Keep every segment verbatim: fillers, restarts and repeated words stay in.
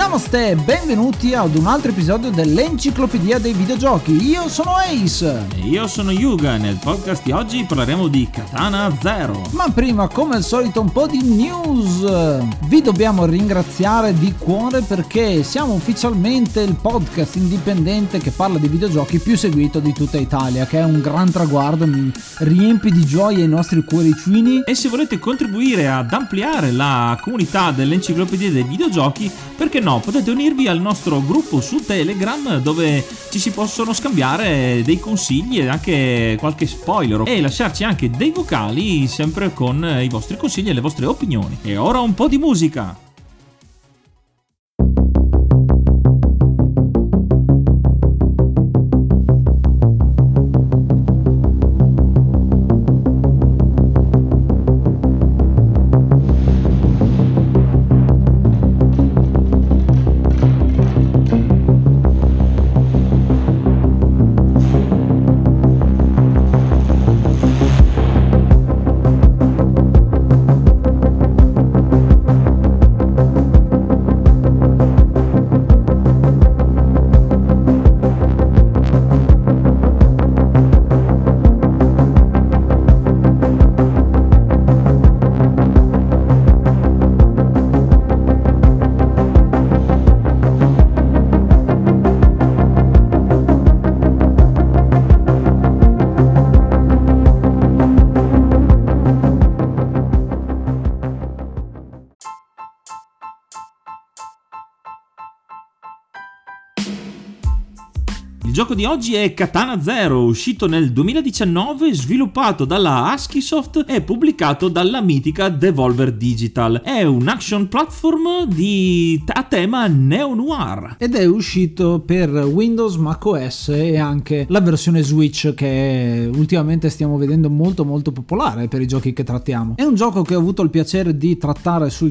Namaste, benvenuti ad un altro episodio dell'Enciclopedia dei Videogiochi. Io sono Ace. E io sono Yuga. Nel podcast di oggi parleremo di Katana Zero. Ma prima, come al solito, un po' di news. Vi dobbiamo ringraziare di cuore perché siamo ufficialmente il podcast indipendente che parla di videogiochi più seguito di tutta Italia, che è un gran traguardo, mi riempie di gioia i nostri cuoricini. E se volete contribuire ad ampliare la comunità dell'Enciclopedia dei Videogiochi, perché no, potete unirvi al nostro gruppo su Telegram, dove ci si possono scambiare dei consigli e anche qualche spoiler, e lasciarci anche dei vocali sempre con i vostri consigli e le vostre opinioni. E ora un po' di musica. Il gioco di oggi è Katana Zero, uscito nel duemiladiciannove, sviluppato dalla Askisoft e pubblicato dalla mitica Devolver Digital. È un action platform di... a tema neo-noir. Ed è uscito per Windows, macOS e anche la versione Switch, che ultimamente stiamo vedendo molto molto popolare per i giochi che trattiamo. È un gioco che ho avuto il piacere di trattare sul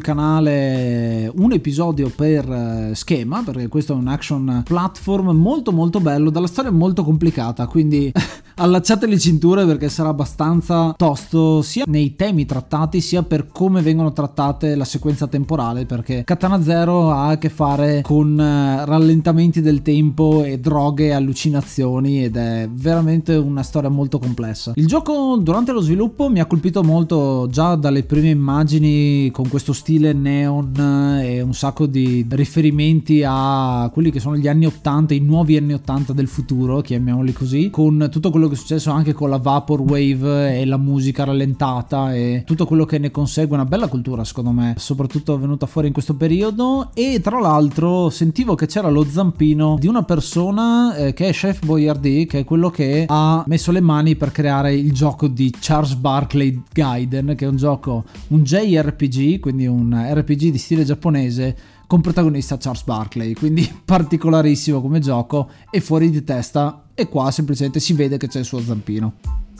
canale un episodio per schema, perché questo è un action platform molto molto bello, dalla storia molto complicata, quindi allacciate le cinture perché sarà abbastanza tosto sia nei temi trattati sia per come vengono trattate la sequenza temporale, perché Katana Zero ha a che fare con rallentamenti del tempo e droghe e allucinazioni, ed è veramente una storia molto complessa. Il gioco durante lo sviluppo mi ha colpito molto già dalle prime immagini, con questo stile neon e un sacco di riferimenti a quelli che sono gli anni ottanta, i nuovi anni ottanta del futuro, chiamiamoli così, con tutto quello che è successo anche con la Vaporwave e la musica rallentata e tutto quello che ne consegue. Una bella cultura, secondo me, soprattutto venuta fuori in questo periodo. E tra l'altro sentivo che c'era lo zampino di una persona eh, che è Chef Boyardee, che è quello che ha messo le mani per creare il gioco di Charles Barkley Gaiden, che è un gioco, un J R P G, quindi un R P G di stile giapponese con protagonista Charles Barkley, quindi particolarissimo come gioco e fuori di testa, e qua semplicemente si vede che c'è il suo zampino.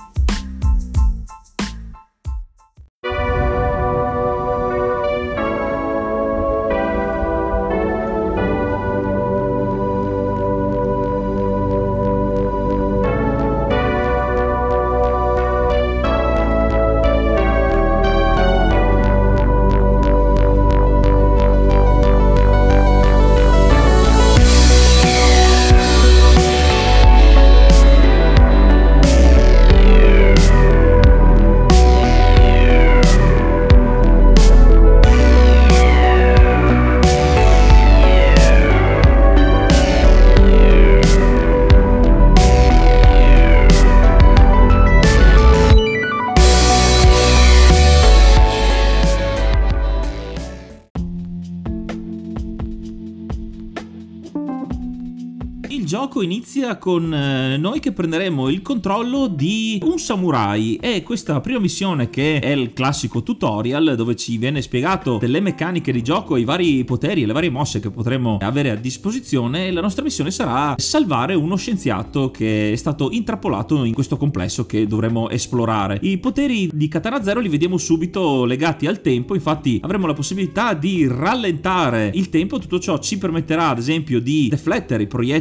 Il gioco inizia con eh, noi che prenderemo il controllo di un samurai, e questa prima missione, che è il classico tutorial dove ci viene spiegato delle meccaniche di gioco, i vari poteri e le varie mosse che potremo avere a disposizione. La nostra missione sarà salvare uno scienziato che è stato intrappolato in questo complesso che dovremo esplorare. I poteri di Katana Zero li vediamo subito legati al tempo, infatti avremo la possibilità di rallentare il tempo. Tutto ciò ci permetterà ad esempio di deflettere i proiettili che ci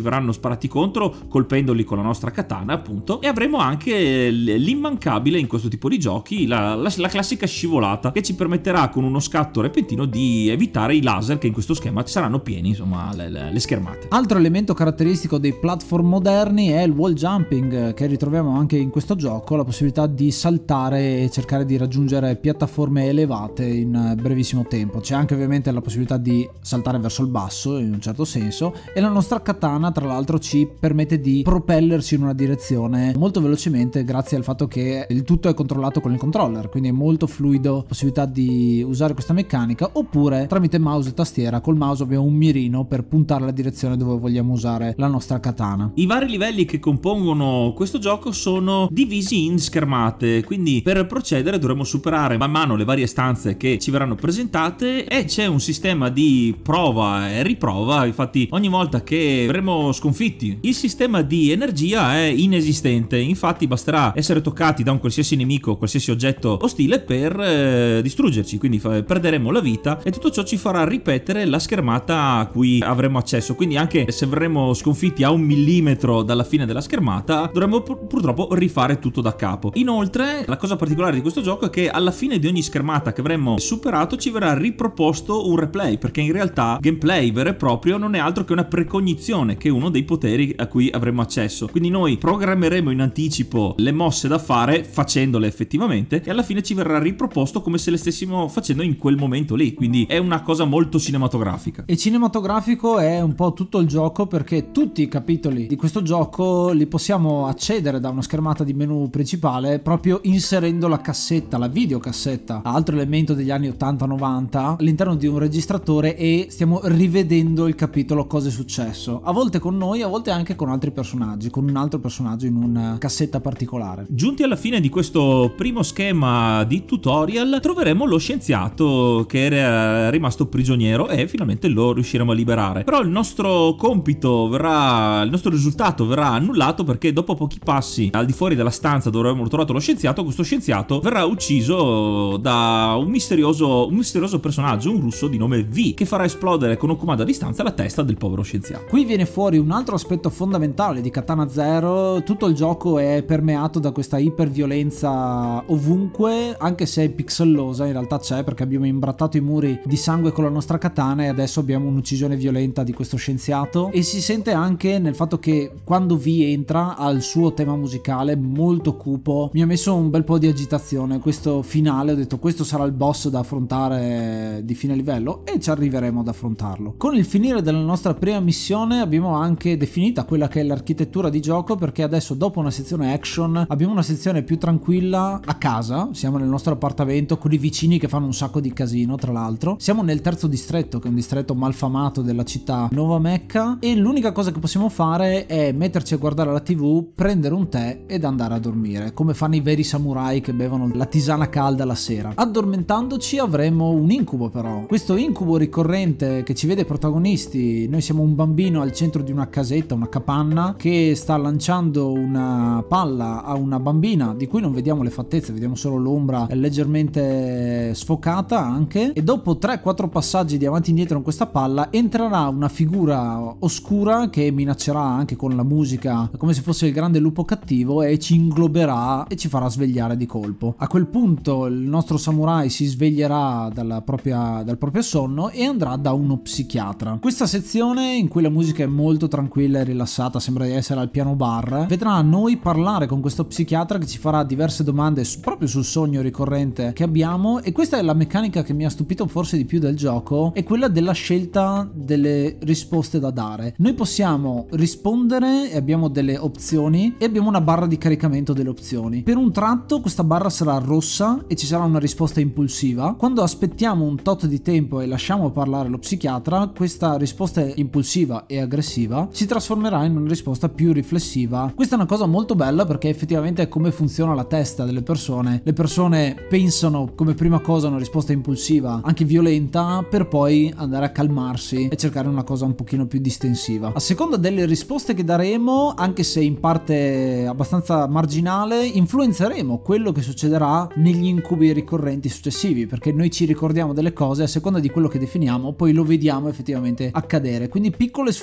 verranno sparati contro colpendoli con la nostra katana, appunto, e avremo anche l'immancabile in questo tipo di giochi, la, la, la classica scivolata che ci permetterà con uno scatto repentino di evitare i laser che in questo schema saranno pieni, insomma, le, le, le schermate. Altro elemento caratteristico dei platform moderni è il wall jumping, che ritroviamo anche in questo gioco, la possibilità di saltare e cercare di raggiungere piattaforme elevate in brevissimo tempo. C'è anche ovviamente la possibilità di saltare verso il basso in un certo senso, e la nostra katana tra l'altro ci permette di propellersi in una direzione molto velocemente grazie al fatto che il tutto è controllato con il controller, quindi è molto fluido, possibilità di usare questa meccanica, oppure tramite mouse e tastiera. Col mouse abbiamo un mirino per puntare la direzione dove vogliamo usare la nostra katana. I vari livelli che compongono questo gioco sono divisi in schermate, quindi per procedere dovremo superare man mano le varie stanze che ci verranno presentate, e c'è un sistema di prova e riprova. Infatti ogni volta che verremo sconfitti il sistema di energia è inesistente, infatti basterà essere toccati da un qualsiasi nemico, qualsiasi oggetto ostile per eh, distruggerci, quindi perderemo la vita, e tutto ciò ci farà ripetere la schermata a cui avremo accesso. Quindi anche se verremo sconfitti a un millimetro dalla fine della schermata dovremo pur- purtroppo rifare tutto da capo. Inoltre la cosa particolare di questo gioco è che alla fine di ogni schermata che avremo superato ci verrà riproposto un replay, perché in realtà gameplay vero e proprio non è altro che una precognizione, che è uno dei poteri a cui avremo accesso. Quindi noi programmeremo in anticipo le mosse da fare facendole effettivamente, e alla fine ci verrà riproposto come se le stessimo facendo in quel momento lì. Quindi è una cosa molto cinematografica. E cinematografico è un po' tutto il gioco, perché tutti i capitoli di questo gioco li possiamo accedere da una schermata di menu principale proprio inserendo la cassetta, la videocassetta, altro elemento degli anni ottanta novanta, all'interno di un registratore, e stiamo rivedendo il capitolo, cosa è successo, a volte con noi, a volte anche con altri personaggi, con un altro personaggio in una cassetta particolare. Giunti alla fine di questo primo schema di tutorial troveremo lo scienziato che era rimasto prigioniero, e finalmente lo riusciremo a liberare. Però il nostro compito verrà, il nostro risultato verrà annullato, perché dopo pochi passi al di fuori della stanza dove avremo trovato lo scienziato, questo scienziato verrà ucciso da un misterioso, un misterioso personaggio, un russo di nome V, che farà esplodere con un comando a distanza la testa del povero scienziato. Qui viene fuori un altro aspetto fondamentale di Katana Zero. Tutto il gioco è permeato da questa iperviolenza ovunque, anche se è pixellosa, in realtà c'è, perché abbiamo imbrattato i muri di sangue con la nostra katana, e adesso abbiamo un'uccisione violenta di questo scienziato, e si sente anche nel fatto che quando V entra ha il suo tema musicale molto cupo. Mi ha messo un bel po' di agitazione questo finale, ho detto questo sarà il boss da affrontare di fine livello, e ci arriveremo ad affrontarlo. Con il finire della nostra prima missione abbiamo anche definita quella che è l'architettura di gioco, perché adesso dopo una sezione action abbiamo una sezione più tranquilla a casa, siamo nel nostro appartamento con i vicini che fanno un sacco di casino, tra l'altro siamo nel terzo distretto, che è un distretto malfamato della città Nuova Mecca, e l'unica cosa che possiamo fare è metterci a guardare la tv, prendere un tè ed andare a dormire, come fanno i veri samurai che bevono la tisana calda la sera. Addormentandoci avremo un incubo, però questo incubo ricorrente che ci vede protagonisti. Noi siamo un bambino al centro di una casetta, una capanna, che sta lanciando una palla a una bambina di cui non vediamo le fattezze, vediamo solo l'ombra leggermente sfocata anche, e dopo tre quattro passaggi di avanti e indietro con questa palla entrerà una figura oscura che minaccerà anche con la musica come se fosse il grande lupo cattivo, e ci ingloberà e ci farà svegliare di colpo. A quel punto il nostro samurai si sveglierà dalla propria, dal proprio sonno e andrà da uno psichiatra. Questa sezione, in cui la musica è molto tranquilla e rilassata, sembra di essere al piano bar, vedrà noi parlare con questo psichiatra che ci farà diverse domande su, proprio sul sogno ricorrente che abbiamo. E questa è la meccanica che mi ha stupito forse di più del gioco, è quella della scelta delle risposte da dare. Noi possiamo rispondere e abbiamo delle opzioni, e abbiamo una barra di caricamento delle opzioni. Per un tratto questa barra sarà rossa e ci sarà una risposta impulsiva. Quando aspettiamo un tot di tempo e lasciamo parlare lo psichiatra, questa risposta impulsiva e aggressiva si trasformerà in una risposta più riflessiva. Questa è una cosa molto bella, perché effettivamente è come funziona la testa delle persone. Le persone pensano come prima cosa una risposta impulsiva, anche violenta, per poi andare a calmarsi e cercare una cosa un pochino più distensiva. A seconda delle risposte che daremo, anche se in parte abbastanza marginale, influenzeremo quello che succederà negli incubi ricorrenti successivi, perché noi ci ricordiamo delle cose a seconda di quello che definiamo, poi lo vediamo effettivamente accadere. Quindi piccole sfumature di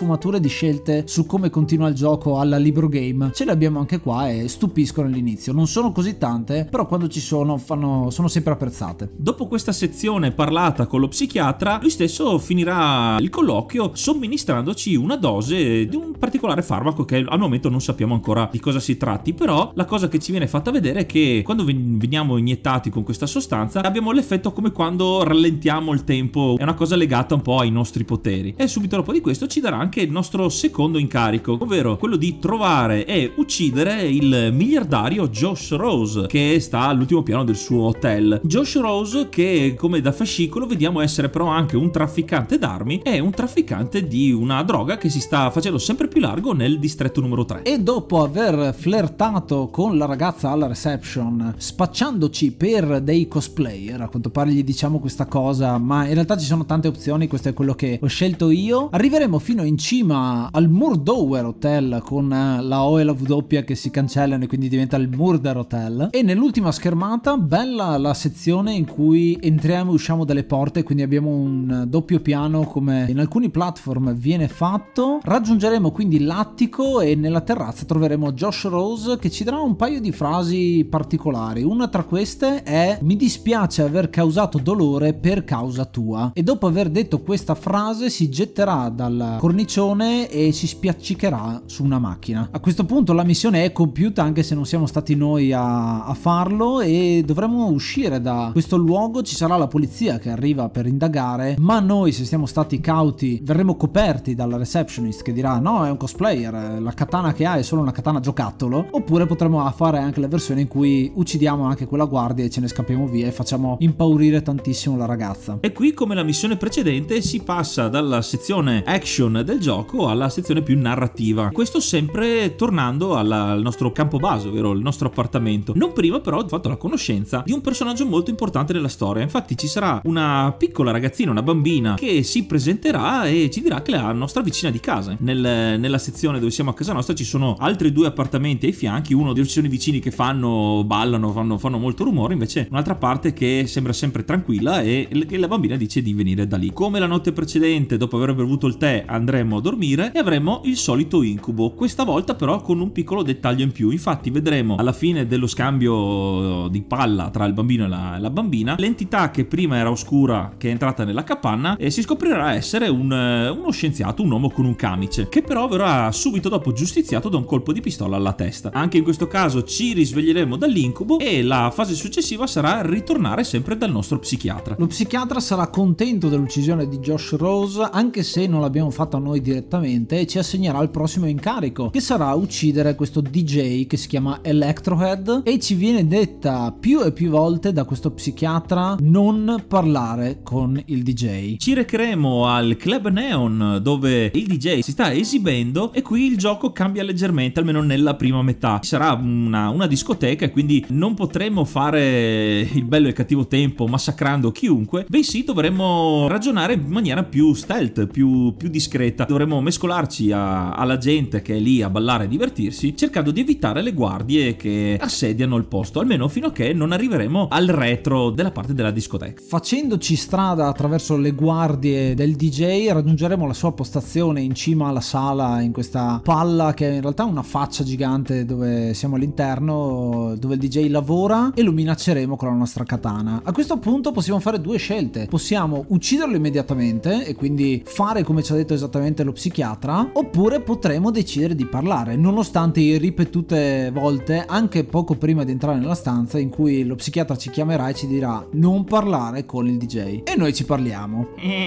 scelte su come continua il gioco alla libro game, ce le abbiamo anche qua e stupiscono all'inizio. Non sono così tante, però quando ci sono fanno, sono sempre apprezzate. Dopo questa sezione parlata con lo psichiatra, lui stesso finirà il colloquio somministrandoci una dose di un particolare farmaco che al momento non sappiamo ancora di cosa si tratti, però la cosa che ci viene fatta vedere è che quando veniamo iniettati con questa sostanza abbiamo l'effetto come quando rallentiamo il tempo, è una cosa legata un po' ai nostri poteri. E subito dopo di questo ci darà anche il nostro secondo incarico, ovvero quello di trovare e uccidere il miliardario Josh Rose, che sta all'ultimo piano del suo hotel. Josh Rose, che come da fascicolo vediamo essere però anche un trafficante d'armi e un trafficante di una droga che si sta facendo sempre più largo nel distretto numero tre. E dopo aver flirtato con la ragazza alla reception, spacciandoci per dei cosplayer, a quanto pare gli diciamo questa cosa, ma in realtà ci sono tante opzioni, questo è quello che ho scelto io, arriveremo fino in cima al Murdower Hotel con la O e la W che si cancellano e quindi diventa il Murder Hotel. E nell'ultima schermata bella la sezione in cui entriamo e usciamo dalle porte, quindi abbiamo un doppio piano come in alcuni platform viene fatto. Raggiungeremo quindi l'attico e nella terrazza troveremo Josh Rose che ci darà un paio di frasi particolari. Una tra queste è: mi dispiace aver causato dolore per causa tua, e dopo aver detto questa frase si getterà dal cornicione e si spiaccicherà su una macchina. A questo punto la missione è compiuta, anche se non siamo stati noi a, a farlo, e dovremo uscire da questo luogo. Ci sarà la polizia che arriva per indagare, ma noi, se siamo stati cauti, verremo coperti dalla receptionist che dirà no, è un cosplayer, la katana che ha è solo una katana giocattolo. Oppure potremo fare anche la versione in cui uccidiamo anche quella guardia e ce ne scappiamo via e facciamo impaurire tantissimo la ragazza. E qui, come la missione precedente, si passa dalla sezione action del gioco alla sezione più narrativa, questo sempre tornando alla, al nostro campo base, ovvero il nostro appartamento. Non prima però ho fatto la conoscenza di un personaggio molto importante nella storia. Infatti ci sarà una piccola ragazzina, una bambina, che si presenterà e ci dirà che è la nostra vicina di casa. Nel, nella sezione dove siamo a casa nostra ci sono altri due appartamenti ai fianchi, uno dove ci sono i vicini che fanno, ballano, fanno, fanno molto rumore, invece un'altra parte che sembra sempre tranquilla e la bambina dice di venire da lì. Come la notte precedente, dopo aver bevuto il tè andremo a dormire e avremo il solito incubo, questa volta però con un piccolo dettaglio in più. Infatti vedremo alla fine dello scambio di palla tra il bambino e la, la bambina, l'entità che prima era oscura, che è entrata nella capanna, e si scoprirà essere un, uno scienziato, un uomo con un camice, che però verrà subito dopo giustiziato da un colpo di pistola alla testa. Anche in questo caso ci risveglieremo dall'incubo e la fase successiva sarà ritornare sempre dal nostro psichiatra. Lo psichiatra sarà contento dell'uccisione di Josh Rose, anche se non l'abbiamo fatta noi direttamente, e ci assegnerà il prossimo incarico, che sarà uccidere questo D J che si chiama Electrohead. E ci viene detta più e più volte da questo psichiatra non parlare con il D J. Ci recheremo al Club Neon dove il D J si sta esibendo, e qui il gioco cambia leggermente, almeno nella prima metà. Ci sarà una, una discoteca e quindi non potremo fare il bello e il cattivo tempo massacrando chiunque, bensì dovremo ragionare in maniera più stealth, più, più discreta. Dovremo mescolarci a, alla gente che è lì a ballare e divertirsi, cercando di evitare le guardie che assediano il posto, almeno fino a che non arriveremo al retro della parte della discoteca. Facendoci strada attraverso le guardie del D J raggiungeremo la sua postazione in cima alla sala, in questa palla che è in realtà una faccia gigante dove siamo all'interno, dove il D J lavora, e lo minacceremo con la nostra katana. A questo punto possiamo fare due scelte: possiamo ucciderlo immediatamente e quindi fare come ci ha detto esattamente lo psichiatra, oppure potremo decidere di parlare, nonostante i ripetute volte, anche poco prima di entrare nella stanza, in cui lo psichiatra ci chiamerà e ci dirà non parlare con il D J, e noi ci parliamo.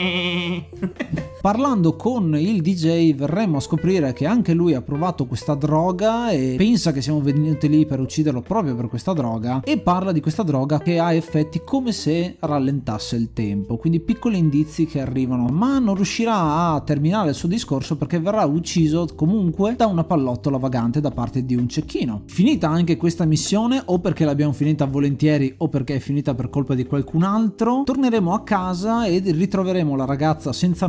Parlando con il D J verremo a scoprire che anche lui ha provato questa droga e pensa che siamo venuti lì per ucciderlo proprio per questa droga, e parla di questa droga che ha effetti come se rallentasse il tempo, quindi piccoli indizi che arrivano, ma non riuscirà a terminare il suo discorso perché verrà ucciso comunque da una pallottola vagante da parte di un cecchino. Finita anche questa missione, o perché l'abbiamo finita volentieri o perché è finita per colpa di qualcun altro, torneremo a casa e ritroveremo la ragazza senza nome. Questa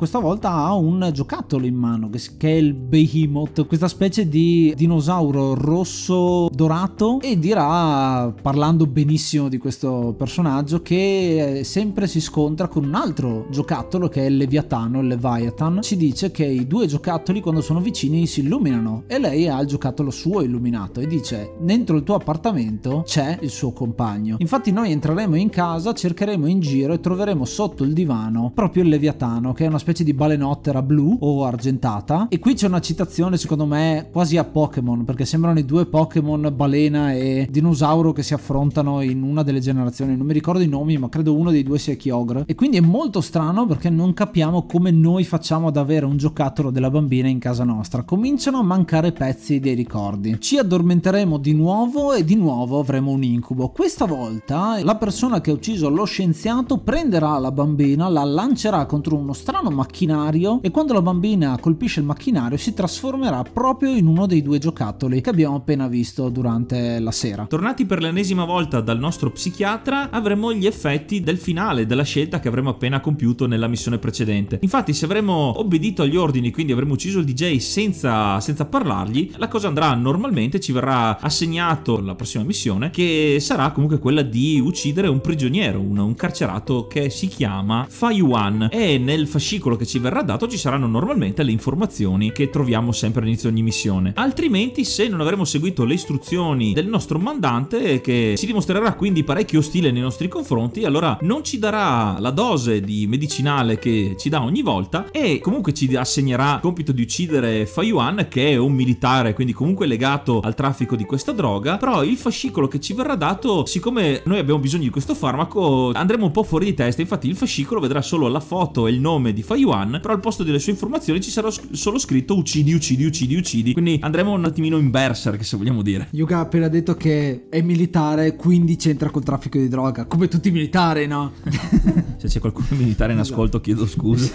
questa volta ha un giocattolo in mano che è il Behemoth, questa specie di dinosauro rosso dorato, e dirà, parlando benissimo di questo personaggio, che sempre si scontra con un altro giocattolo che è il Leviatano, il Leviathan. Ci dice che i due giocattoli quando sono vicini si illuminano e lei ha il giocattolo suo illuminato e dice: dentro il tuo appartamento c'è il suo compagno. Infatti noi entreremo in casa, cercheremo in giro e troveremo sotto il divano proprio il Leviatano, che è una specie di balenottera blu o argentata. E qui c'è una citazione secondo me quasi a Pokémon, perché sembrano i due Pokémon balena e dinosauro che si affrontano in una delle generazioni, non mi ricordo i nomi ma credo uno dei due sia Kyogre. E quindi è molto strano perché non capiamo come noi facciamo ad avere un giocattolo della bambina in casa nostra. Cominciano a mancare pezzi dei ricordi, ci addormenteremo di nuovo e di nuovo avremo un incubo. Questa volta la persona che ha ucciso lo scienziato prenderà la bambina, la lancerà contro uno strano macchinario e quando la bambina colpisce il macchinario si trasformerà proprio in uno dei due giocattoli che abbiamo appena visto durante la sera. Tornati per l'ennesima volta dal nostro psichiatra, avremo gli effetti del finale della scelta che avremo appena compiuto nella missione precedente. Infatti, se avremo obbedito agli ordini, quindi avremo ucciso il D J senza, senza parlargli, la cosa andrà normalmente, ci verrà assegnato la prossima missione, che sarà comunque quella di uccidere un prigioniero, un, un carcerato che si chiama Fayuan, e nel fascicolo che ci verrà dato ci saranno normalmente le informazioni che troviamo sempre all'inizio di ogni missione. Altrimenti, se non avremo seguito le istruzioni del nostro mandante, che si dimostrerà quindi parecchio ostile nei nostri confronti, allora non ci darà la dose di medicinale che ci dà ogni volta e comunque ci assegnerà il compito di uccidere Fayuan, che è un militare, quindi comunque legato al traffico di questa droga. Però il fascicolo che ci verrà dato, siccome noi abbiamo bisogno di questo farmaco, andremo un po' fuori di testa. Infatti il fascicolo vedrà solo la foto e il nome di Fayuan, però al posto delle sue informazioni ci sarà solo scritto uccidi, uccidi, uccidi, uccidi. Quindi andremo un attimino in berserk, se vogliamo dire. Yuga ha appena detto che è militare, quindi c'entra col traffico di droga, come tutti i militari, no? Se c'è qualcuno militare in ascolto, chiedo scusa.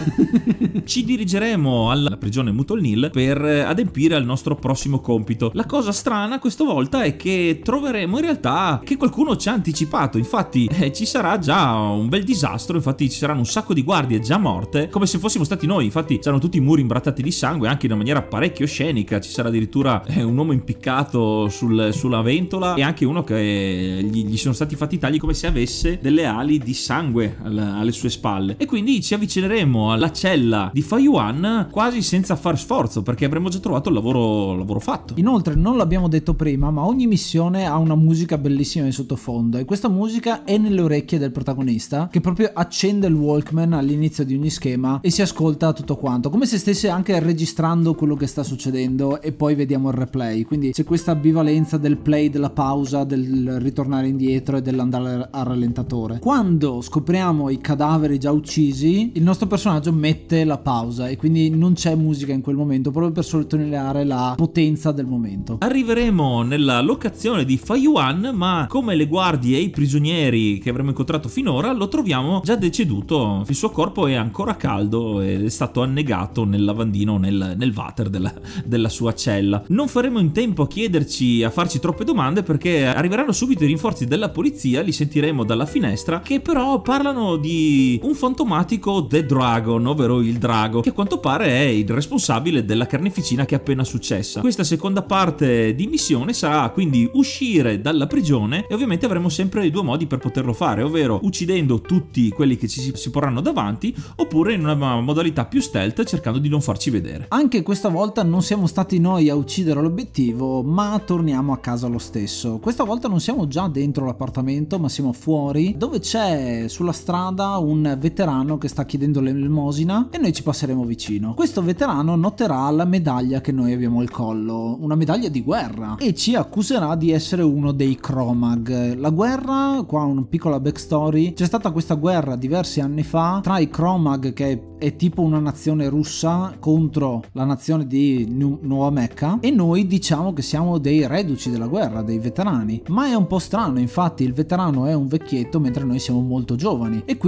Ci dirigeremo alla prigione Mutolnil per adempiere al nostro prossimo compito. La cosa strana questa volta è che troveremo in realtà che qualcuno ci ha anticipato. Infatti eh, ci sarà già un bel disastro. Infatti ci saranno un sacco di guardie già morte, come se fossimo stati noi. Infatti saranno tutti i muri imbrattati di sangue, anche in una maniera parecchio scenica. Ci sarà addirittura eh, un uomo impiccato sul, sulla ventola, e anche uno che gli, gli sono stati fatti tagli come se avesse delle ali di sangue alla, alle sue spalle. E quindi ci avvicineremo alla cella di Fayuan quasi senza far sforzo, perché avremo già trovato il lavoro, lavoro fatto. Inoltre, non l'abbiamo detto prima, ma ogni missione ha una musica bellissima in sottofondo, e questa musica è nelle orecchie del protagonista, che proprio accende il Walkman all'inizio di ogni schema e si ascolta tutto quanto, come se stesse anche registrando quello che sta succedendo, e poi vediamo il replay. Quindi c'è questa ambivalenza del play, della pausa, del ritornare indietro e dell'andare a rallentatore. Quando scopriamo i cadaveri già uccisi, il nostro personaggio mette la pausa e quindi non c'è musica in quel momento, proprio per sottolineare la potenza del momento. Arriveremo nella locazione di Fayuan, ma come le guardie e i prigionieri che avremo incontrato finora, lo troviamo già deceduto. Il suo corpo è ancora caldo ed è stato annegato nel lavandino, nel, nel water della, della sua cella. Non faremo in tempo a chiederci, a farci troppe domande, perché arriveranno subito i rinforzi della polizia, li sentiremo dalla finestra, che però parlano di un fantomatico The Dragon, ovvero il drago, che a quanto pare è il responsabile della carneficina che è appena successa. Questa seconda parte di missione sarà quindi uscire dalla prigione, e ovviamente avremo sempre i due modi per poterlo fare, ovvero uccidendo tutti quelli che ci si, si porranno davanti, oppure in una modalità più stealth, cercando di non farci vedere. Anche questa volta non siamo stati noi a uccidere l'obiettivo, ma torniamo a casa lo stesso. Questa volta non siamo già dentro l'appartamento, ma siamo fuori, dove c'è sulla strada un veterano che sta chiedendo l'elemosina, e noi ci passeremo vicino. Questo veterano noterà la medaglia che noi abbiamo al collo, una medaglia di guerra, e ci accuserà di essere uno dei Cro-Mag. La guerra, qua una piccola backstory, c'è stata questa guerra diversi anni fa tra i Cro-Mag, che è tipo una nazione russa, contro la nazione di Nu- Nuova Mecca, e noi diciamo che siamo dei reduci della guerra, dei veterani. Ma è un po' strano, infatti il veterano è un vecchietto mentre noi siamo molto giovani, e quindi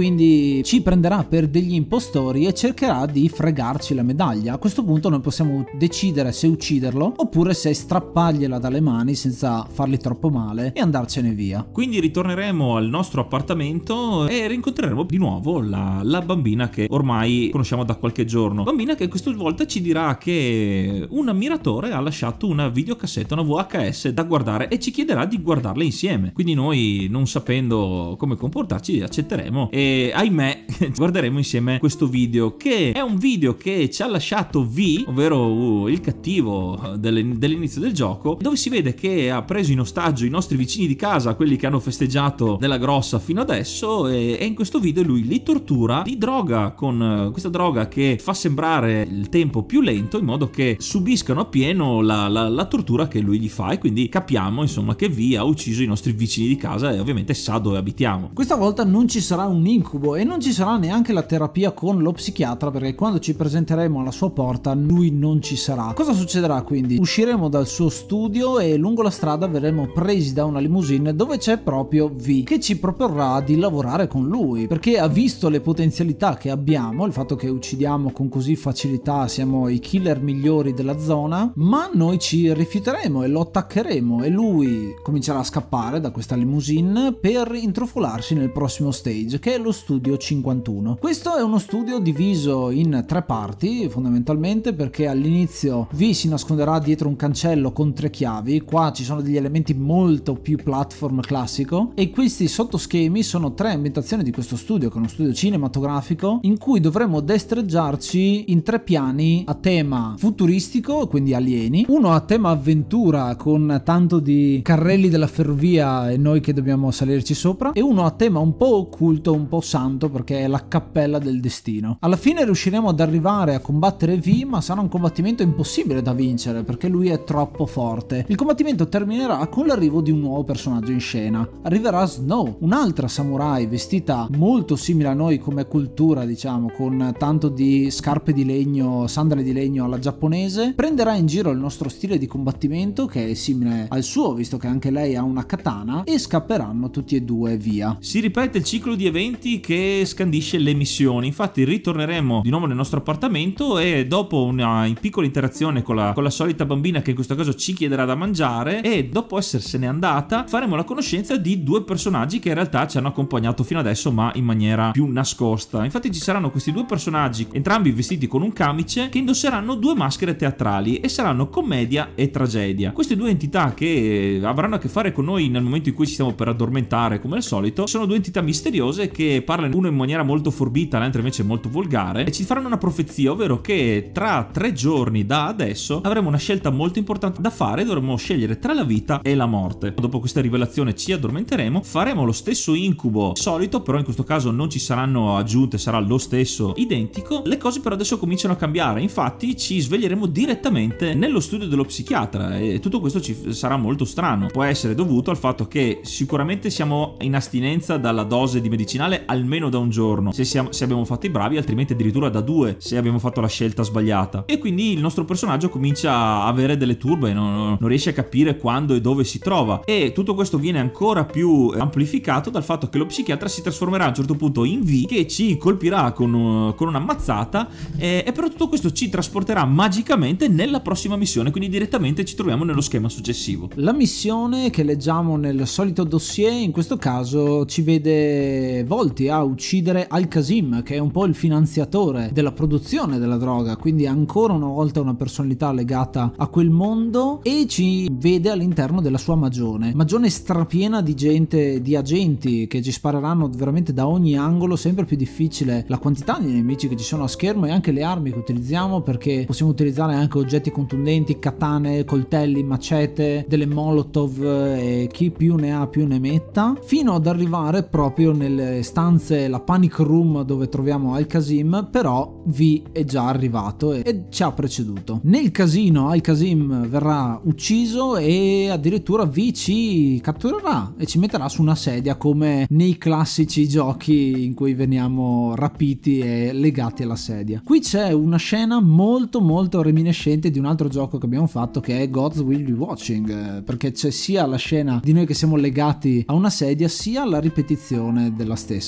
quindi ci prenderà per degli impostori e cercherà di fregarci la medaglia. A questo punto noi possiamo decidere se ucciderlo oppure se strappargliela dalle mani senza fargli troppo male e andarcene via. Quindi ritorneremo al nostro appartamento e rincontreremo di nuovo la, la bambina che ormai conosciamo da qualche giorno. Bambina che questa volta ci dirà che un ammiratore ha lasciato una videocassetta, una V H S da guardare e ci chiederà di guardarla insieme. Quindi noi, non sapendo come comportarci, accetteremo e ahimè guarderemo insieme questo video, che è un video che ci ha lasciato V, ovvero uh, il cattivo dell'inizio del gioco, dove si vede che ha preso in ostaggio i nostri vicini di casa, quelli che hanno festeggiato della grossa fino adesso, e, e in questo video lui li tortura, li droga con uh, questa droga che fa sembrare il tempo più lento, in modo che subiscano appieno la, la, la tortura che lui gli fa, e quindi capiamo insomma che V ha ucciso i nostri vicini di casa e ovviamente sa dove abitiamo. Questa volta non ci sarà un incubo e non ci sarà neanche la terapia con lo psichiatra, perché quando ci presenteremo alla sua porta lui non ci sarà. Cosa succederà quindi? Usciremo dal suo studio e lungo la strada verremo presi da una limousine dove c'è proprio V, che ci proporrà di lavorare con lui, perché ha visto le potenzialità che abbiamo, il fatto che uccidiamo con così facilità, siamo i killer migliori della zona, ma noi ci rifiuteremo e lo attaccheremo e lui comincerà a scappare da questa limousine per intrufolarsi nel prossimo stage, che è lo studio cinquantuno. Questo è uno studio diviso in tre parti fondamentalmente, perché all'inizio V si nasconderà dietro un cancello con tre chiavi. Qua ci sono degli elementi molto più platform classico e questi sottoschemi sono tre ambientazioni di questo studio, che è uno studio cinematografico in cui dovremo destreggiarci in tre piani a tema futuristico, quindi alieni, uno a tema avventura con tanto di carrelli della ferrovia e noi che dobbiamo salirci sopra, e uno a tema un po' occulto, un po' santo, perché è la cappella del destino. Alla fine riusciremo ad arrivare a combattere V, ma sarà un combattimento impossibile da vincere perché lui è troppo forte. Il combattimento terminerà con l'arrivo di un nuovo personaggio in scena. Arriverà Snow, un'altra samurai vestita molto simile a noi come cultura, diciamo, con tanto di scarpe di legno, sandali di legno alla giapponese. Prenderà in giro il nostro stile di combattimento, che è simile al suo, visto che anche lei ha una katana, e scapperanno tutti e due via. Si ripete il ciclo di eventi che scandisce le missioni. Infatti ritorneremo di nuovo nel nostro appartamento e dopo una piccola interazione con la, con la solita bambina, che in questo caso ci chiederà da mangiare, e dopo essersene andata faremo la conoscenza di due personaggi che in realtà ci hanno accompagnato fino adesso, ma in maniera più nascosta. Infatti ci saranno questi due personaggi, entrambi vestiti con un camice, che indosseranno due maschere teatrali e saranno commedia e tragedia. Queste due entità, che avranno a che fare con noi nel momento in cui ci stiamo per addormentare come al solito, sono due entità misteriose che parlano, uno in maniera molto forbita, l'altro invece molto volgare, e ci faranno una profezia, ovvero che tra tre giorni da adesso avremo una scelta molto importante da fare. Dovremo scegliere tra la vita e la morte. Dopo questa rivelazione ci addormenteremo, faremo lo stesso incubo solito, però in questo caso non ci saranno aggiunte, sarà lo stesso identico. Le cose però adesso cominciano a cambiare, infatti ci sveglieremo direttamente nello studio dello psichiatra e tutto questo ci sarà molto strano. Può essere dovuto al fatto che sicuramente siamo in astinenza dalla dose di medicinale almeno da un giorno, se, siamo, se abbiamo fatto i bravi, altrimenti addirittura da due se abbiamo fatto la scelta sbagliata, e quindi il nostro personaggio comincia a avere delle turbe, non, non riesce a capire quando e dove si trova, e tutto questo viene ancora più amplificato dal fatto che lo psichiatra si trasformerà a un certo punto in V, che ci colpirà con, con una mazzata, e, e però tutto questo ci trasporterà magicamente nella prossima missione, quindi direttamente ci troviamo nello schema successivo. La missione che leggiamo nel solito dossier in questo caso ci vede volti a uccidere Al-Qasim, che è un po' il finanziatore della produzione della droga, quindi ancora una volta una personalità legata a quel mondo, e ci vede all'interno della sua magione magione strapiena di gente, di agenti che ci spareranno veramente da ogni angolo. Sempre più difficile la quantità di nemici che ci sono a schermo e anche le armi che utilizziamo, perché possiamo utilizzare anche oggetti contundenti, katane, coltelli, macete, delle molotov e chi più ne ha più ne metta, fino ad arrivare proprio nelle stanze, la panic room dove troviamo Al-Qasim. Però V è già arrivato e, e ci ha preceduto. Nel casino Al-Qasim verrà ucciso e addirittura V ci catturerà e ci metterà su una sedia, come nei classici giochi in cui veniamo rapiti e legati alla sedia. Qui c'è una scena molto molto reminiscente di un altro gioco che abbiamo fatto, che è Gods Will Be Watching, perché c'è sia la scena di noi che siamo legati a una sedia sia la ripetizione della stessa.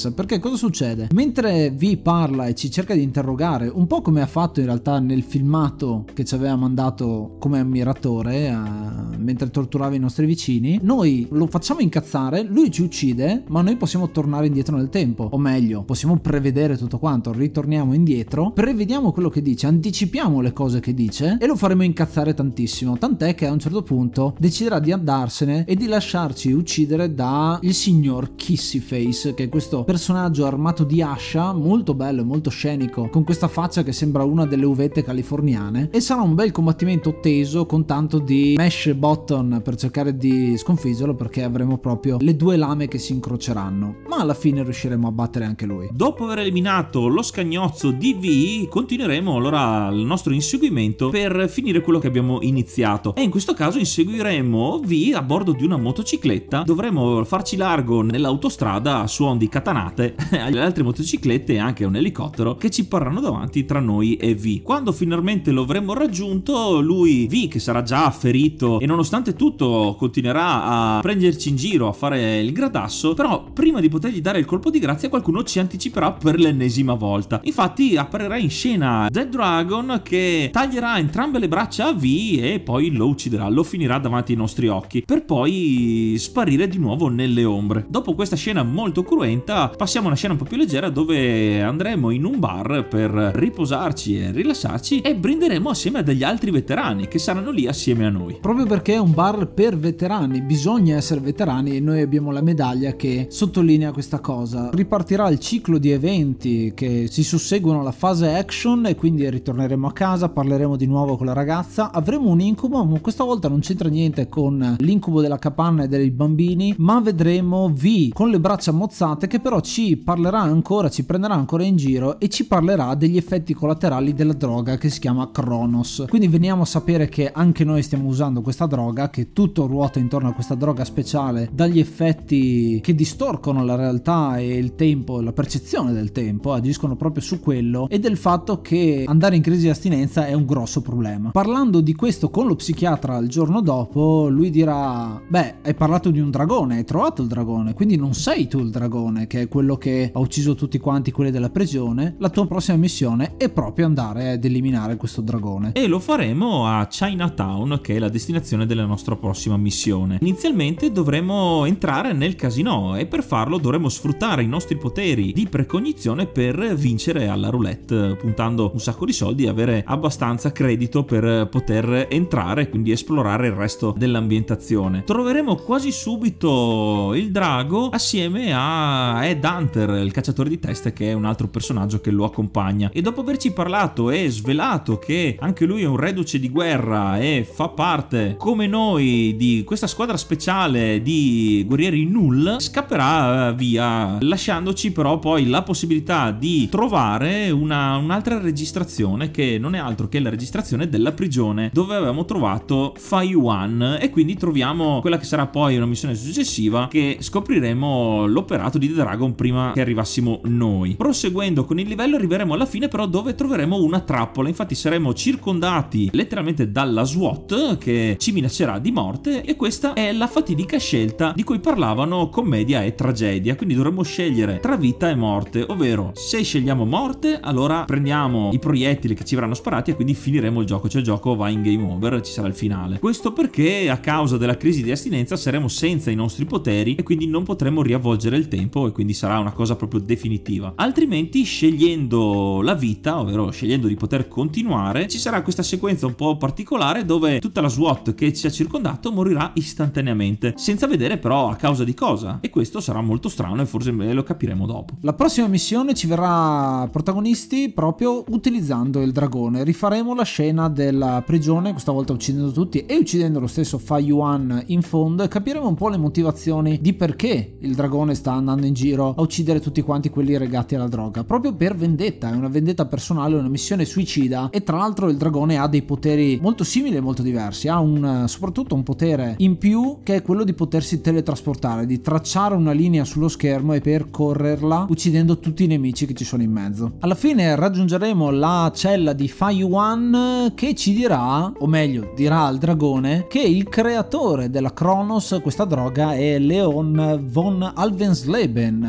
diversa, perché cosa succede? Mentre Vi parla e ci cerca di interrogare, un po' come ha fatto in realtà nel filmato che ci aveva mandato come ammiratore eh, mentre torturava i nostri vicini, noi lo facciamo incazzare, lui ci uccide, ma noi possiamo tornare indietro nel tempo, o meglio, possiamo prevedere tutto quanto, ritorniamo indietro, prevediamo quello che dice, anticipiamo le cose che dice e lo faremo incazzare tantissimo, tant'è che a un certo punto deciderà di andarsene e di lasciarci uccidere da il signor Kissyface, che è questo personaggio armato di ascia, molto bello e molto scenico, con questa faccia che sembra una delle uvette californiane, e sarà un bel combattimento teso con tanto di mash button per cercare di sconfiggerlo, perché avremo proprio le due lame che si incroceranno, ma alla fine riusciremo a battere anche lui. Dopo aver eliminato lo scagnozzo di Vi, continueremo allora il nostro inseguimento per finire quello che abbiamo iniziato, e in questo caso inseguiremo Vi a bordo di una motocicletta. Dovremo farci largo nell'autostrada a suon di katanate alle altre motociclette e anche un elicottero che ci parranno davanti tra noi e Vi. Quando finalmente lo avremo raggiunto, lui, Vi, che sarà già ferito e nonostante tutto continuerà a prenderci in giro, a fare il gradasso, però prima di potergli dare il colpo di grazia qualcuno ci anticiperà per l'ennesima volta. Infatti apparirà in scena Dead Dragon che taglierà entrambe le braccia a Vi e poi lo ucciderà, lo finirà davanti ai nostri occhi per poi sparire di nuovo nelle ombre. Dopo questa scena molto cruenta passiamo a una scena un po' più leggera dove andremo in un bar per riposarci e rilassarci e brinderemo assieme a degli altri veterani che saranno lì assieme a noi. Proprio perché è un bar per veterani, bisogna essere veterani e noi abbiamo la medaglia che sottolinea questa cosa. Ripartirà il ciclo di eventi che si susseguono alla fase action e quindi ritorneremo a casa, parleremo di nuovo con la ragazza, avremo un incubo, ma questa volta non c'entra niente con l'incubo della capanna e dei bambini, ma vedremo Vi con le braccia mozzate che però ci parlerà ancora, ci prenderà ancora in giro e ci parlerà degli effetti collaterali della droga che si chiama Cronos. Quindi veniamo a sapere che anche noi stiamo usando questa droga, che tutto ruota intorno a questa droga speciale, dagli effetti che distorcono la realtà e il tempo, la percezione del tempo, agiscono proprio su quello, e del fatto che andare in crisi di astinenza è un grosso problema. Parlando di questo con lo psichiatra il giorno dopo, lui dirà: beh, hai parlato di un dragone, hai trovato il dragone, quindi non sei tu il dragone che è quello che ha ucciso tutti quanti quelli della prigione. La tua prossima missione è proprio andare ad eliminare questo dragone, e lo faremo a Chinatown, che è la destinazione della nostra prossima missione. Inizialmente dovremo entrare nel casino e per farlo dovremo sfruttare i nostri poteri di precognizione per vincere alla roulette, puntando un sacco di soldi e avere abbastanza credito per poter entrare, quindi esplorare il resto dell'ambientazione. Troveremo quasi subito il drago assieme a Ed Hunter, il cacciatore di teste, che è un altro personaggio che lo accompagna, e dopo averci parlato e svelato che anche lui è un reduce di guerra e fa parte come noi di questa squadra speciale di guerrieri Null, scapperà via, lasciandoci però poi la possibilità di trovare una, un'altra registrazione che non è altro che la registrazione della prigione dove avevamo trovato Fai Yuan, e quindi troviamo quella che sarà poi una missione successiva, che scopriremo l'operato di The Dragon prima che arrivassimo noi. Proseguendo con il livello arriveremo alla fine però dove troveremo una trappola, infatti saremo circondati letteralmente dalla SWAT che ci minaccerà di morte, e questa è la fatidica scelta di cui parlavano Commedia e Tragedia, quindi dovremo scegliere tra vita e morte, ovvero se scegliamo morte allora prendiamo i proiettili che ci verranno sparati e quindi finiremo il gioco, cioè il gioco va in game over, ci sarà il finale. Questo perché a causa della crisi di astinenza saremo senza i nostri poteri e quindi non potremo riavvolgere il tempo, e quindi sarà una cosa proprio definitiva. Altrimenti, scegliendo la vita, ovvero scegliendo di poter continuare, ci sarà questa sequenza un po' particolare dove tutta la SWAT che ci ha circondato morirà istantaneamente, senza vedere però a causa di cosa, e questo sarà molto strano e forse lo capiremo dopo. La prossima missione ci verrà protagonisti proprio utilizzando il dragone. Rifaremo la scena della prigione, questa volta uccidendo tutti e uccidendo lo stesso Fai Yuan in fondo, e capiremo un po' le motivazioni di perché il dragone sta andando in giro a uccidere tutti quanti quelli legati alla droga, proprio per vendetta. È una vendetta personale, una missione suicida, e tra l'altro il dragone ha dei poteri molto simili e molto diversi. Ha un, soprattutto un potere in più, che è quello di potersi teletrasportare, di tracciare una linea sullo schermo e percorrerla uccidendo tutti i nemici che ci sono in mezzo. Alla fine raggiungeremo la cella di Fai Yuan, che ci dirà, o meglio dirà al dragone, che il creatore della Cronos, questa droga, è Leon von Alvensleben,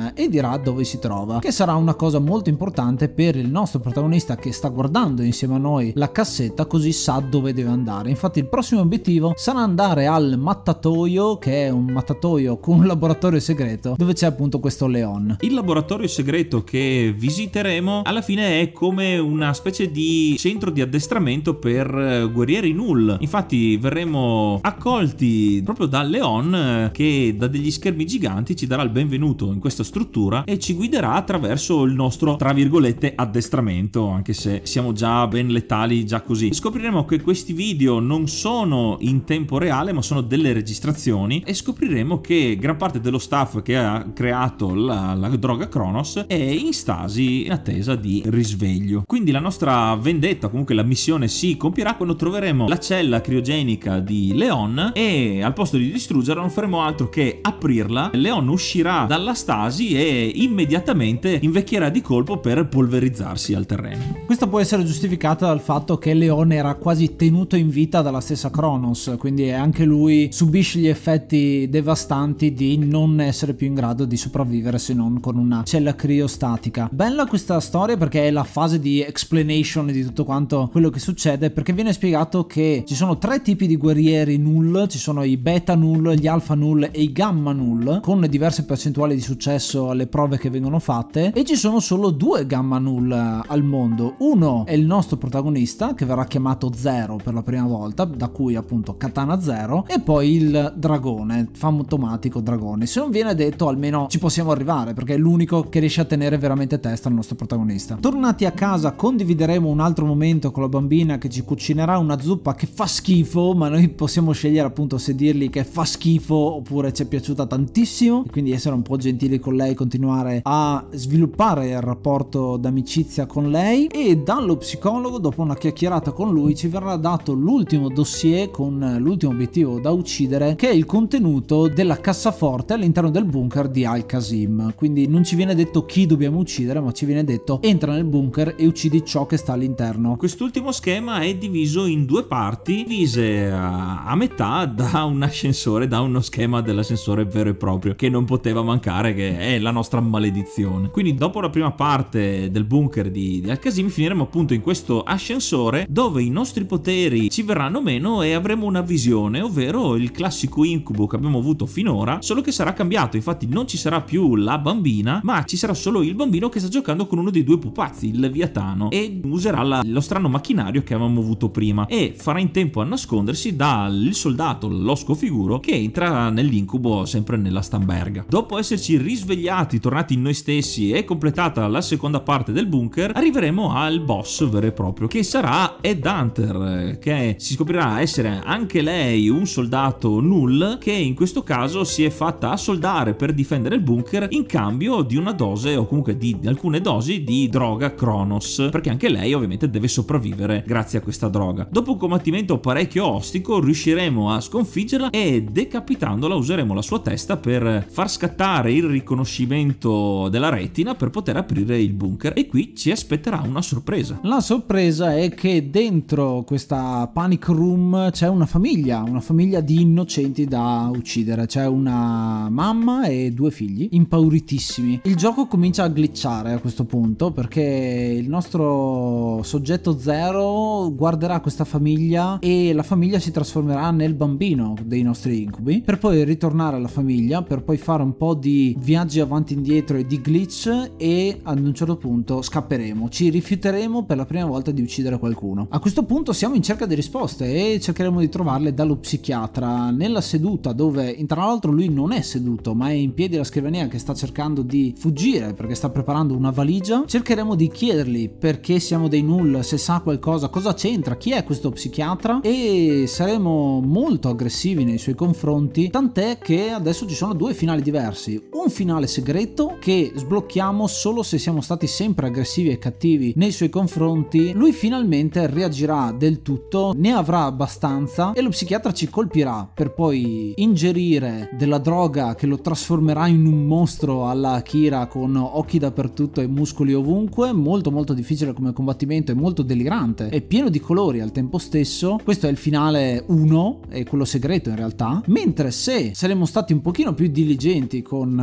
Leon e dirà dove si trova, che sarà una cosa molto importante per il nostro protagonista che sta guardando insieme a noi la cassetta, così sa dove deve andare. Infatti il prossimo obiettivo sarà andare al mattatoio, che è un mattatoio con un laboratorio segreto dove c'è appunto questo Leon. Il laboratorio segreto che visiteremo alla fine è come una specie di centro di addestramento per guerrieri null. Infatti verremo accolti proprio da Leon, che da degli schermi giganti ci darà il benvenuto in questa struttura e ci guiderà attraverso il nostro, tra virgolette, addestramento, anche se siamo già ben letali già così. Scopriremo che questi video non sono in tempo reale ma sono delle registrazioni, e scopriremo che gran parte dello staff che ha creato la, la droga Cronos è in stasi in attesa di risveglio. Quindi la nostra vendetta, comunque la missione, si compierà quando troveremo la cella criogenica di Leon e al posto di distruggerla non faremo altro che aprirla. Leon uscirà dalla stasi e immediatamente invecchierà di colpo per polverizzarsi al terreno. Questa può essere giustificata dal fatto che Leon era quasi tenuto in vita dalla stessa Cronos, quindi anche lui subisce gli effetti devastanti di non essere più in grado di sopravvivere se non con una cella criostatica. Bella questa storia perché è la fase di explanation di tutto quanto quello che succede, perché viene spiegato che ci sono tre tipi di guerrieri null, ci sono i beta null, gli alfa null e i gamma null, con diverse percentuali di successo alle prove che vengono fatte, e ci sono solo due gamma null al mondo. Uno è il nostro protagonista, che verrà chiamato Zero per la prima volta, da cui appunto Katana Zero, e poi il dragone, fantomatico dragone. Se non viene detto, almeno ci possiamo arrivare, perché è l'unico che riesce a tenere veramente testa al nostro protagonista. Tornati a casa condivideremo un altro momento con la bambina che ci cucinerà una zuppa che fa schifo, ma noi possiamo scegliere appunto se dirgli che fa schifo oppure ci è piaciuta tantissimo, e quindi essere un po' gentili con lei, continuare a sviluppare il rapporto d'amicizia con lei. E dallo psicologo, dopo una chiacchierata con lui, ci verrà dato l'ultimo dossier con l'ultimo obiettivo da uccidere, che è il contenuto della cassaforte all'interno del bunker di Al-Qasim. Quindi non ci viene detto chi dobbiamo uccidere, ma ci viene detto entra nel bunker e uccidi ciò che sta all'interno. Quest'ultimo schema è diviso in due parti, divise a, a metà da un ascensore, da uno schema dell'ascensore vero e proprio che non poteva mancare, che è la nostra maledizione. Quindi dopo la prima parte del bunker di, di Al-Qasim finiremo appunto in questo ascensore dove i nostri poteri ci verranno meno e avremo una visione, ovvero il classico incubo che abbiamo avuto finora, solo che sarà cambiato. Infatti non ci sarà più la bambina, ma ci sarà solo il bambino che sta giocando con uno dei due pupazzi, il Leviatano, e userà la, lo strano macchinario che avevamo avuto prima e farà in tempo a nascondersi dal soldato, l'osco figuro, che entra nell'incubo sempre nella Stamberga. Dopo esserci risvegliati, tornati in noi stessi e completata la seconda parte del bunker, arriveremo al boss vero e proprio, che sarà Headhunter, che si scoprirà essere anche lei un soldato null che in questo caso si è fatta assoldare per difendere il bunker in cambio di una dose, o comunque di alcune dosi di droga Cronos, perché anche lei ovviamente deve sopravvivere grazie a questa droga. Dopo un combattimento parecchio ostico riusciremo a sconfiggerla e decapitandola useremo la sua testa per far scattare il riconoscimento della retina per poter aprire il bunker, e qui ci aspetterà una sorpresa. La sorpresa è che dentro questa panic room c'è una famiglia, una famiglia di innocenti da uccidere. C'è una mamma e due figli impauritissimi. Il gioco comincia a glitchare a questo punto, perché il nostro soggetto Zero guarderà questa famiglia e la famiglia si trasformerà nel bambino dei nostri incubi, per poi ritornare alla famiglia, per poi fare un po' di viaggi avanti e indietro e di glitch, e ad un certo punto scapperemo, ci rifiuteremo per la prima volta di uccidere qualcuno. A questo punto siamo in cerca di risposte e cercheremo di trovarle dallo psichiatra nella seduta, dove tra l'altro lui non è seduto ma è in piedi alla scrivania che sta cercando di fuggire perché sta preparando una valigia. Cercheremo di chiedergli perché siamo dei null, se sa qualcosa, cosa c'entra, chi è questo psichiatra, e saremo molto aggressivi nei suoi confronti, tant'è che adesso ci sono due finali diversi. Un finale segreto che sblocchiamo solo se siamo stati sempre aggressivi e cattivi nei suoi confronti. Lui finalmente reagirà del tutto, ne avrà abbastanza e lo psichiatra ci colpirà per poi ingerire della droga che lo trasformerà in un mostro alla Akira, con occhi dappertutto e muscoli ovunque. Molto molto difficile come combattimento, è molto delirante e pieno di colori al tempo stesso. Questo è il finale uno, è quello segreto in realtà. Mentre se saremmo stati un pochino più diligenti con il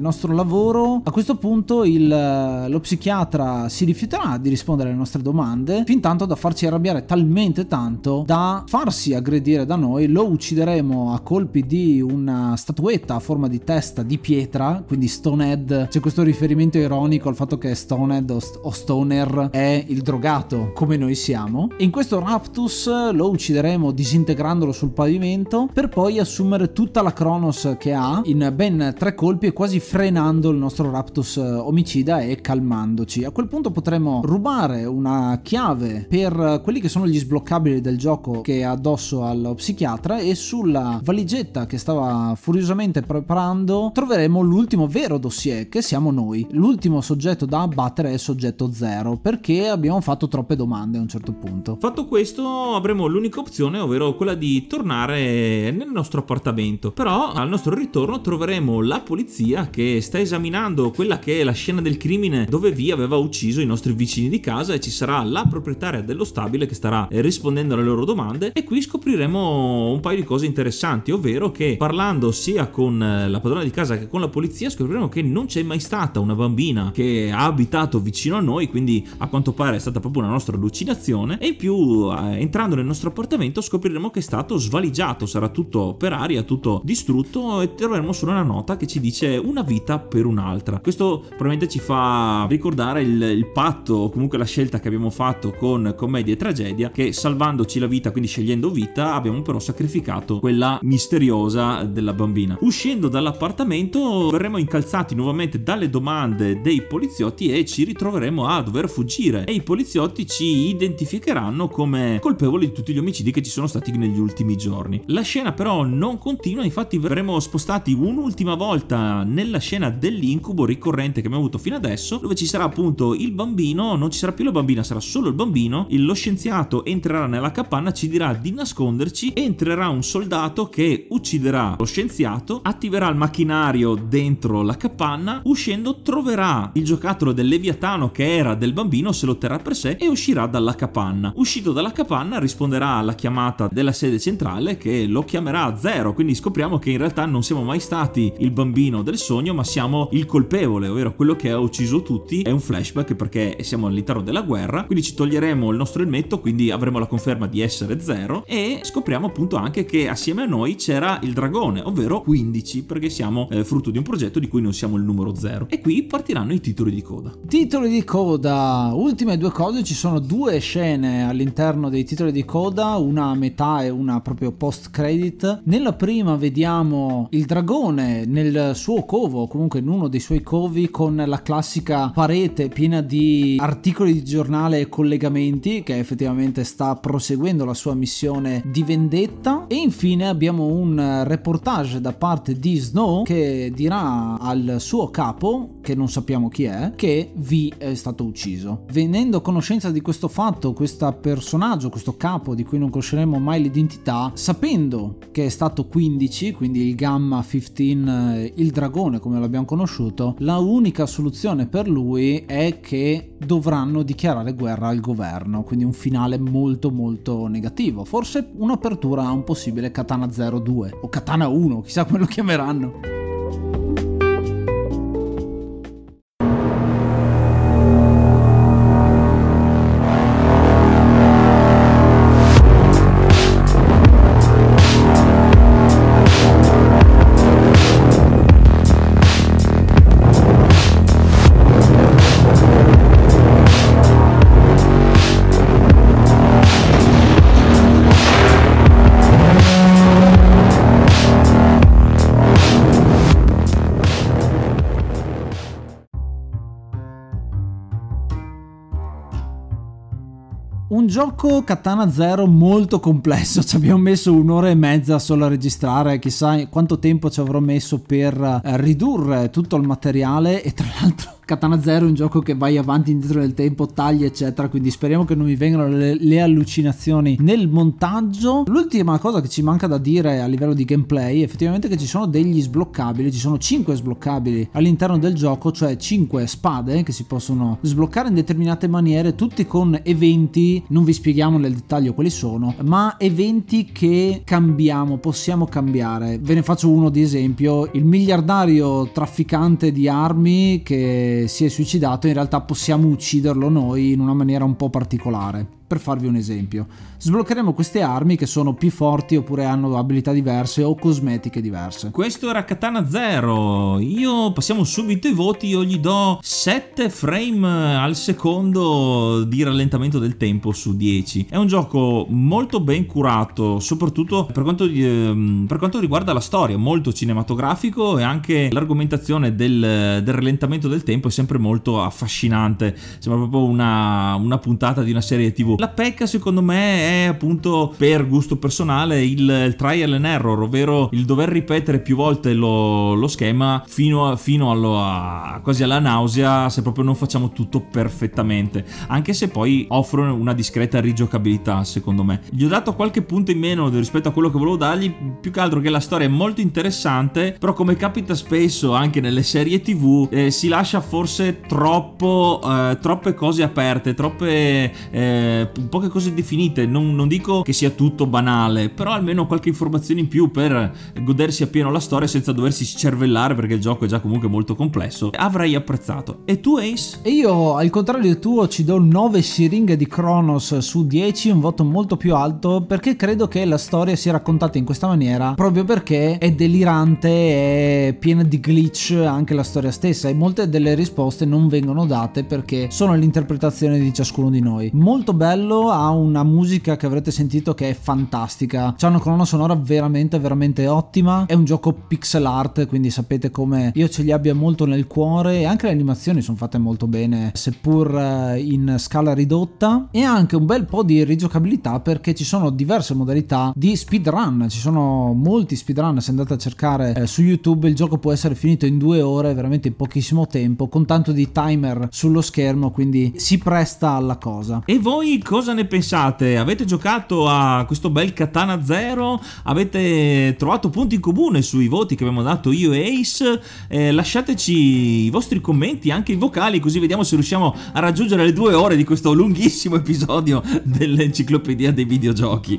nostro lavoro, a questo punto il, lo psichiatra si rifiuterà di rispondere alle nostre domande, fin tanto da farci arrabbiare talmente tanto da farsi aggredire da noi. Lo uccideremo a colpi di una statuetta a forma di testa di pietra, quindi Stonehead. C'è questo riferimento ironico al fatto che Stonehead o, st- o Stoner è il drogato come noi siamo, e in questo raptus lo uccideremo disintegrandolo sul pavimento, per poi assumere tutta la Cronos che ha in ben tre colpi e quasi frenando il nostro raptus omicida e calmandoci. A quel punto potremo rubare una chiave per quelli che sono gli sbloccabili del gioco che è addosso allo psichiatra, e sulla valigetta che stava furiosamente preparando troveremo l'ultimo vero dossier, che siamo noi. L'ultimo soggetto da abbattere è soggetto zero, perché abbiamo fatto troppe domande a un certo punto. Fatto questo avremo l'unica opzione, ovvero quella di tornare nel nostro appartamento. Però al nostro ritorno troveremo la polizia che sta esaminando quella che è la scena del crimine dove Vi aveva ucciso i nostri vicini di casa, e ci sarà la proprietaria dello stabile che starà rispondendo alle loro domande. E qui scopriremo un paio di cose interessanti, ovvero che parlando sia con la padrona di casa che con la polizia scopriremo che non c'è mai stata una bambina che ha abitato vicino a noi, quindi a quanto pare è stata proprio una nostra allucinazione. E in più eh, entrando nel nostro appartamento scopriremo che è stato svaligiato, sarà tutto per aria, tutto distrutto, e troveremo solo una nota che ci dice una vita per un'altra. Questo probabilmente ci fa ricordare il, il patto, o comunque la scelta che abbiamo fatto con Commedia e Tragedia, che salvandoci la vita, quindi scegliendo vita, abbiamo però sacrificato quella misteriosa della bambina. Uscendo dall'appartamento verremo incalzati nuovamente dalle domande dei poliziotti e ci ritroveremo a dover fuggire, e i poliziotti ci identificheranno come colpevoli di tutti gli omicidi che ci sono stati negli ultimi giorni. La scena però non continua, infatti verremo spostati un'ultima volta nella scena dell'incubo ricorrente che abbiamo avuto fino adesso, dove ci sarà appunto il bambino, non ci sarà più la bambina, sarà solo il bambino. Lo scienziato entrerà nella capanna, ci dirà di nasconderci, entrerà un soldato che ucciderà lo scienziato, attiverà il macchinario dentro la capanna, uscendo troverà il giocattolo del Leviatano che era del bambino, se lo terrà per sé e uscirà dalla capanna. Uscito dalla capanna risponderà alla chiamata della sede centrale che lo chiamerà Zero, quindi scopriamo che in realtà non siamo mai stati il bambino del sogno, ma siamo il colpevole, ovvero quello che ha ucciso tutti. È un flashback perché siamo all'interno della guerra, quindi ci toglieremo il nostro elmetto, quindi avremo la conferma di essere Zero, e scopriamo appunto anche che assieme a noi c'era il dragone, ovvero quindici, perché siamo eh, frutto di un progetto di cui non siamo il numero zero. E qui partiranno i titoli di coda. Titoli di coda, ultime due cose. Ci sono due scene all'interno dei titoli di coda, una a metà e una proprio post credit. Nella prima vediamo il dragone nel suo covo, comunque in uno dei suoi covi, con la classica parete piena di articoli di giornale e collegamenti, che effettivamente sta proseguendo la sua missione di vendetta. E infine abbiamo un reportage da parte di Snow che dirà al suo capo, che non sappiamo chi è, che Vi è stato ucciso. Venendo a conoscenza di questo fatto, questo personaggio, questo capo di cui non conosceremo mai l'identità, sapendo che è stato quindici, quindi il Gamma quindici, il dragone come l'abbiamo conosciuto, la unica soluzione per lui è che dovranno dichiarare guerra al governo, quindi un finale molto molto negativo, forse un'apertura a un possibile Katana zero due o Katana uno, chissà come lo chiameranno. Un gioco Katana Zero molto complesso, ci abbiamo messo un'ora e mezza solo a registrare, chissà quanto tempo ci avrò messo per ridurre tutto il materiale, e tra l'altro Katana Zero è un gioco che vai avanti e indietro nel tempo, tagli eccetera, quindi speriamo che non mi vengano le, le allucinazioni nel montaggio. L'ultima cosa che ci manca da dire a livello di gameplay effettivamente è che ci sono degli sbloccabili, ci sono cinque sbloccabili all'interno del gioco, cioè cinque spade che si possono sbloccare in determinate maniere, tutti con eventi, non vi spieghiamo nel dettaglio quali sono, ma eventi che cambiamo, possiamo cambiare. Ve ne faccio uno di esempio: il miliardario trafficante di armi che si è suicidato, in realtà possiamo ucciderlo noi in una maniera un po' particolare. Per farvi un esempio, sbloccheremo queste armi che sono più forti oppure hanno abilità diverse o cosmetiche diverse. Questo era Katana Zero. Io passiamo subito ai voti. Io gli do sette frame al secondo di rallentamento del tempo su dieci. È un gioco molto ben curato, soprattutto per quanto, eh, per quanto riguarda la storia, molto cinematografico, e anche l'argomentazione del, del rallentamento del tempo è sempre molto affascinante. Sembra proprio una, una puntata di una serie tivù. La pecca secondo me è appunto, per gusto personale, il, il trial and error, ovvero il dover ripetere più volte lo, lo schema fino, a, fino allo, a, quasi alla nausea, se proprio non facciamo tutto perfettamente, anche se poi offrono una discreta rigiocabilità secondo me. Gli ho dato qualche punto in meno rispetto a quello che volevo dargli, più che altro che la storia è molto interessante, però come capita spesso anche nelle serie tv eh, si lascia forse troppo eh, troppe cose aperte, troppe eh, poche cose definite. Non, non dico che sia tutto banale, però almeno qualche informazione in più per godersi appieno la storia senza doversi scervellare, perché il gioco è già comunque molto complesso, avrei apprezzato. E tu, Ace? E io, al contrario tuo, ci do nove siringhe di Cronos su dieci, un voto molto più alto, perché credo che la storia sia raccontata in questa maniera proprio perché è delirante, è piena di glitch anche la storia stessa, e molte delle risposte non vengono date perché sono l'interpretazione di ciascuno di noi. Molto bello, ha una musica che avrete sentito che è fantastica, c'è una colonna sonora veramente veramente ottima, è un gioco pixel art, quindi sapete come io ce li abbia molto nel cuore, e anche le animazioni sono fatte molto bene seppur in scala ridotta, e anche un bel po' di rigiocabilità perché ci sono diverse modalità di speedrun, ci sono molti speedrun. Se andate a cercare eh, su YouTube, il gioco può essere finito in due ore, veramente in pochissimo tempo, con tanto di timer sullo schermo, quindi si presta alla cosa. E voi cosa ne pensate? Avete giocato a questo bel Katana Zero? Avete trovato punti in comune sui voti che abbiamo dato io e Ace? Eh, lasciateci i vostri commenti, anche i vocali, così vediamo se riusciamo a raggiungere le due ore di questo lunghissimo episodio dell'enciclopedia dei videogiochi.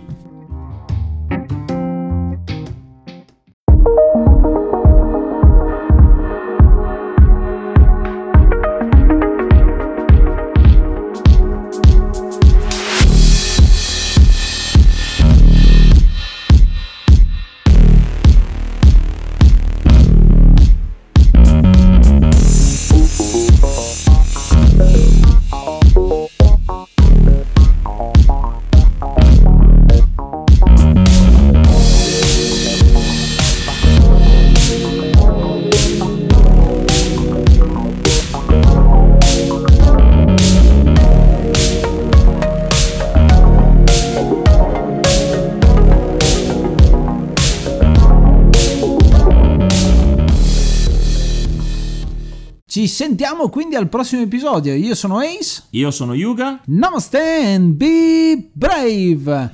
Ci sentiamo quindi al prossimo episodio. Io sono Ace. Io sono Yuga. Namaste and be brave.